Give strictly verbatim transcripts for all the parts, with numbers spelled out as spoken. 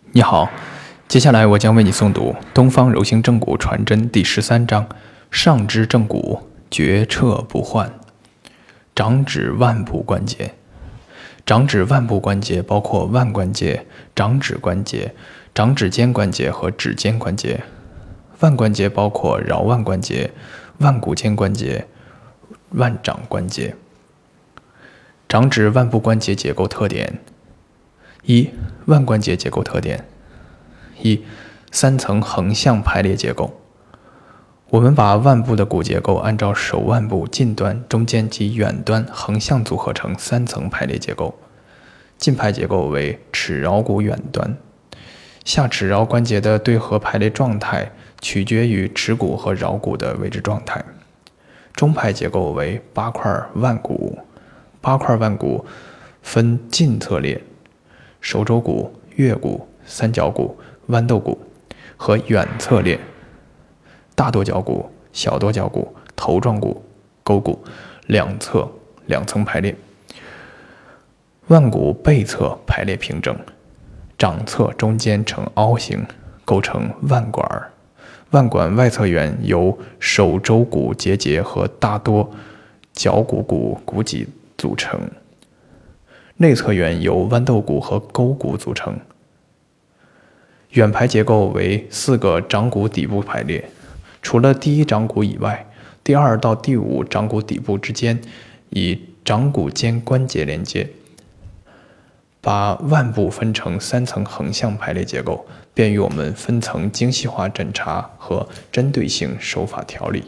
你好，接下来我将为你诵读《东方柔性正骨传真》第十三章：上肢正骨，绝撤不换。掌指腕部关节，掌指腕部关节包括腕关节、掌指关节、掌指尖关节和指尖关节。腕关节包括桡腕关节、腕骨尖关节、腕掌关节。掌指腕部关节结构特点：一、腕关节结构特点：一、三层横向排列结构。我们把腕部的骨结构按照手腕部近端、中间及远端横向组合成三层排列结构。近排结构为齿桡骨远端，下齿桡关节的对合排列状态取决于齿骨和桡骨的位置状态。中排结构为八块腕骨，八块腕骨分近侧列、手肘骨、月骨、三角骨、豌豆骨和远侧列、大多角骨、小多角骨、头状骨、沟骨两侧两层排列。腕骨背侧排列平整，掌侧中间呈凹形，构成腕管。腕管外侧缘由手肘骨结节和大多角骨骨骨脊组成，内侧缘由豌豆骨和沟骨组成。远排结构为四个掌骨底部排列，除了第一掌骨以外，第二到第五掌骨底部之间以掌骨间关节连接。把腕部分成三层横向排列结构，便于我们分层精细化诊查和针对性手法调理。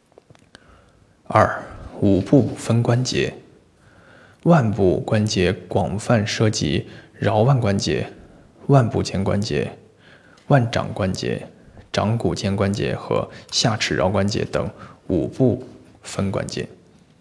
二、五部分关节。腕部关节广泛涉及桡腕关节、腕部间关节、腕掌关节、掌骨间关节和下齿桡关节等五部分关节。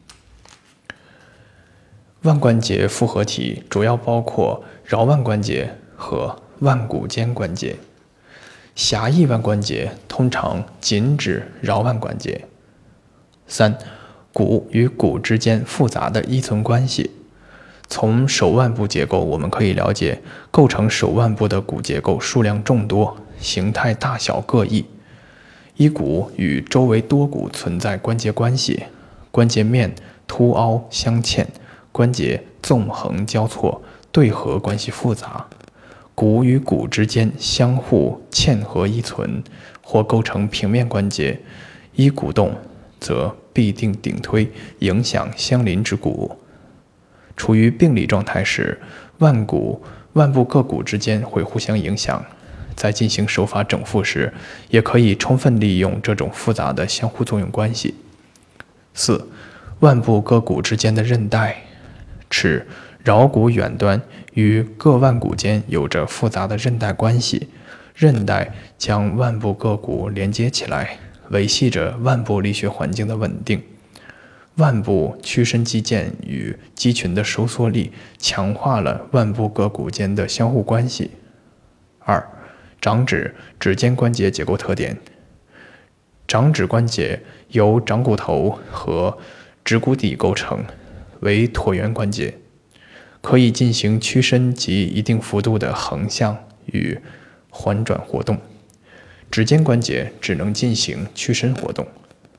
腕关节复合体主要包括桡腕关节和腕骨间关节。狭义腕关节通常仅指桡腕关节。三、骨与骨之间复杂的依存关系。从手腕部结构我们可以了解，构成手腕部的骨结构数量众多，形态大小各异。一骨与周围多骨存在关节关系，关节面凸凹相嵌，关节纵横交错，对合关系复杂。骨与骨之间相互嵌合依存，或构成平面关节，一骨动则必定顶推，影响相邻之骨。处于病理状态时，腕骨、腕部各骨之间会互相影响，在进行手法整复时，也可以充分利用这种复杂的相互作用关系。四、腕部各骨之间的韧带。齿桡骨远端与各腕骨间有着复杂的韧带关系，韧带将腕部各骨连接起来，维系着腕部力学环境的稳定。腕部屈伸肌腱与肌群的收缩力强化了腕部各骨间的相互关系。二、掌指指尖关节结构特点。掌指关节由掌骨头和指骨底构成，为椭圆关节，可以进行屈伸及一定幅度的横向与缓转活动。指尖关节只能进行屈伸活动。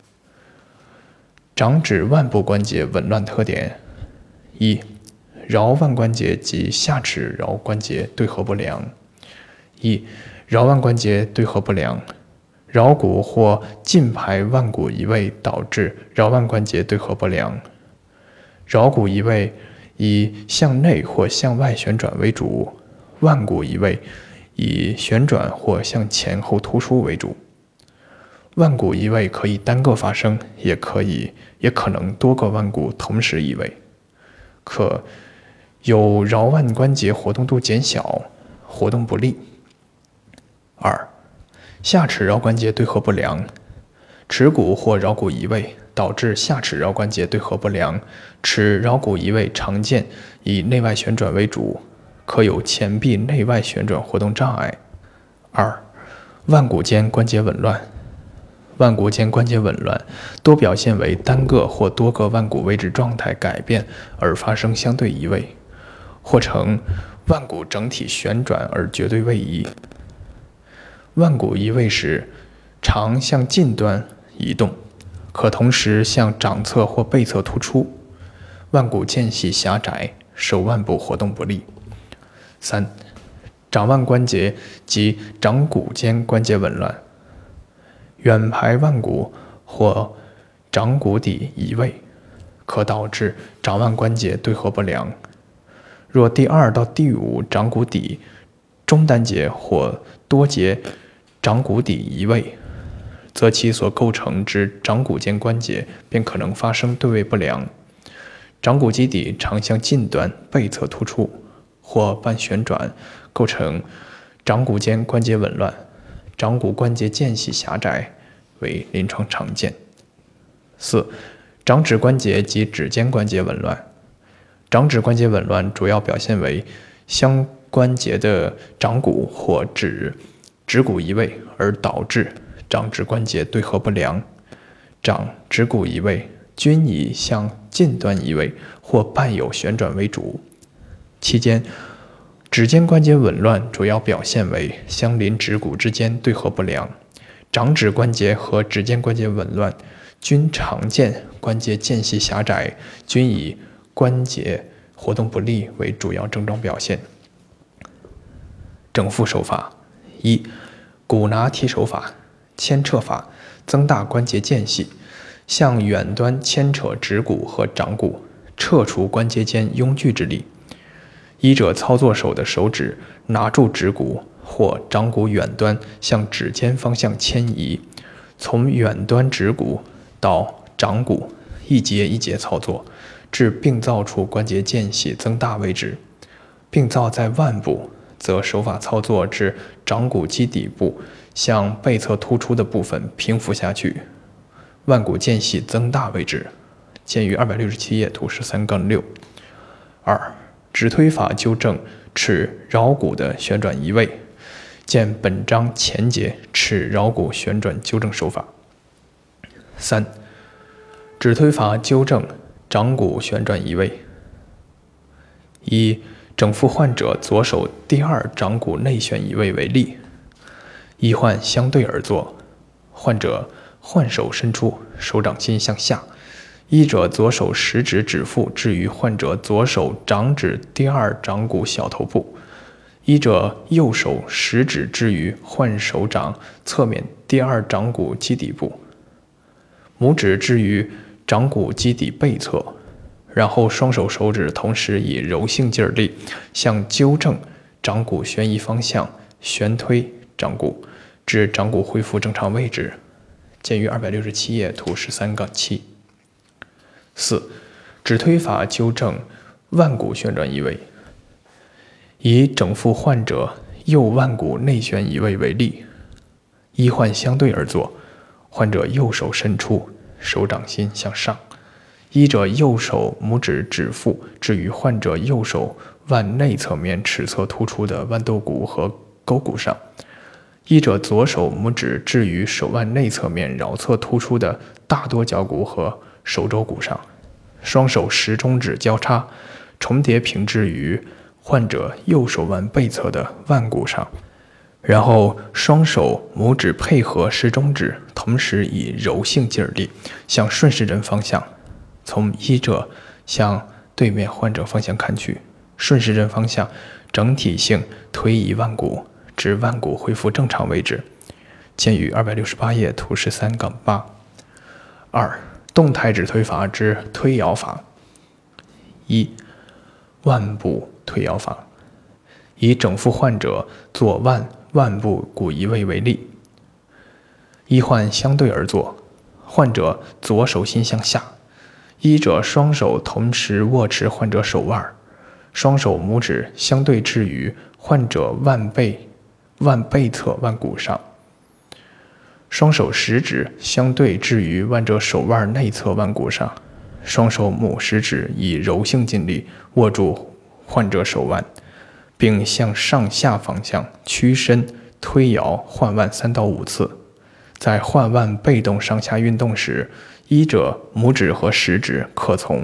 掌指腕部关节紊乱特点：一、桡腕关节及下齿桡关节对合不良。一、桡腕关节对合不良，桡骨或近排腕骨移位导致桡腕关节对合不良。桡骨移位以向内或向外旋转为主，腕骨移位以旋转或向前后突出为主。腕骨移位可以单个发生，也可以也可能多个腕骨同时移位。可有桡腕关节活动度减小，活动不利。二、下齿桡关节对合不良，齿骨或桡骨移位导致下齿桡关节对合不良，齿桡骨移位常见以内外旋转为主，可有前臂内外旋转活动障碍。二、腕骨间关节紊乱。腕骨间关节紊乱多表现为单个或多个腕骨位置状态改变而发生相对移位，或呈腕骨整体旋转而绝对位移。腕骨移位时，常向近端移动，可同时向掌侧或背侧突出。腕骨间隙狭窄，手腕部活动不利。三、掌腕关节及掌骨间关节紊乱。远排腕骨或掌骨底移位，可导致掌腕关节对合不良。若第二到第五掌骨底中单节或多节掌骨底移位，则其所构成之掌骨间关节便可能发生对位不良。掌骨基底常向近端背侧突出或半旋转，构成掌骨间关节紊乱，掌骨关节间隙狭窄，为临床常见。四、掌指关节及指尖关节紊乱。掌指关节紊乱主要表现为相关节的掌骨或指指骨移位，而导致掌指关节对合不良。掌指骨移位均以向近端移位或伴有旋转为主。期间，指尖关节紊乱主要表现为相邻指骨之间对合不良。掌指关节和指尖关节紊乱均常见关节间隙狭窄，均以关节活动不利为主要症状表现。整复手法：一、骨拿提手法、牵扯法，增大关节间隙，向远端牵扯指骨和掌骨，撤除关节间拥聚之力。医者操作手的手指拿住指骨或掌骨远端，向指尖方向牵移，从远端指骨到掌骨，一节一节操作，至病灶处关节间隙增大为止。病灶在腕部，则手法操作至掌骨基底部向背侧突出的部分平伏下去，腕骨间隙增大为止。见于二百六十七页图十三杠六。二、指推法纠正尺桡骨的旋转移位。见本章前节尺桡骨旋转纠正手法。三、指推法纠正掌骨旋转移位。以整复患者左手第二掌骨内旋移位为例，医患相对而坐，患者换手伸出，手掌心向下，医者左手食指指腹置于患者左手掌指第二掌骨小头部，医者右手食指置于患手掌侧面第二掌骨基底部，拇指置于掌骨基底背侧，然后双手手指同时以柔性劲力向纠正掌骨旋移方向旋推掌骨，至掌骨恢复正常位置。见于二百六十七页图十三杠七。四、指推法纠正腕骨旋转移位。以整复患者右腕骨内旋移位为例，医患相对而坐，患者右手伸出，手掌心向上，医者右手拇指指腹置于患者右手腕内侧面尺侧突出的腕斗骨和沟骨上，医者左手拇指置于手腕内侧面桡侧突出的大多角骨和手肘骨上，双手食中指交叉重叠平置于患者右手腕背侧的腕骨上，然后双手拇指配合食中指，同时以柔性劲力向顺时针方向，从医者向对面患者方向看去，顺时针方向整体性推移腕骨，至腕骨恢复正常为止。见于二百六十八页图十三杠八。二、动态指推法之推摇法。一、腕部推摇法。以整复患者左腕腕部骨移位为例，医患相对而坐，患者左手心向下，医者双手同时握持患者手腕，双手拇指相对置于患者腕背腕背侧腕骨上，双手食指相对置于患者手腕内侧腕骨上，双手拇食指以柔性劲力握住患者手腕，并向上下方向屈伸推摇患腕三到五次。在患腕被动上下运动时，医者拇指和食指可从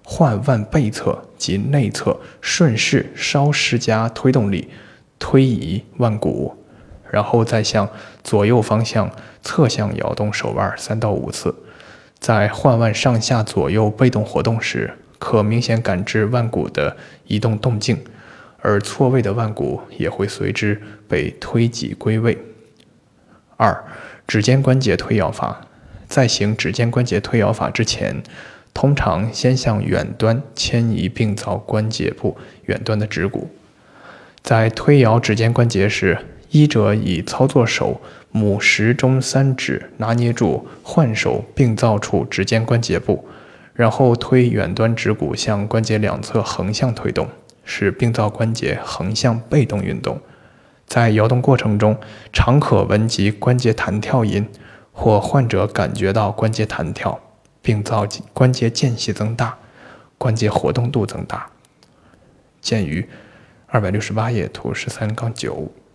患腕背侧及内侧顺势稍施加推动力，推移腕骨，然后再向左右方向侧向摇动手腕三到五次。在患腕上下左右被动活动时，可明显感知腕骨的移动动静，而错位的腕骨也会随之被推挤归位。二、指尖关节推摇法。在行指尖关节推摇法之前，通常先向远端牵移并凿关节部远端的指骨。在推摇指尖关节时，医者以操作手拇食中三指拿捏住患手并凿处指尖关节部，然后推远端指骨向关节两侧横向推动，使并凿关节横向被动运动。在摇动过程中，常可闻及关节弹跳音，或患者感觉到关节弹跳，并造关节间隙增大，关节活动度增大。见于二百六十八页图十三杠九。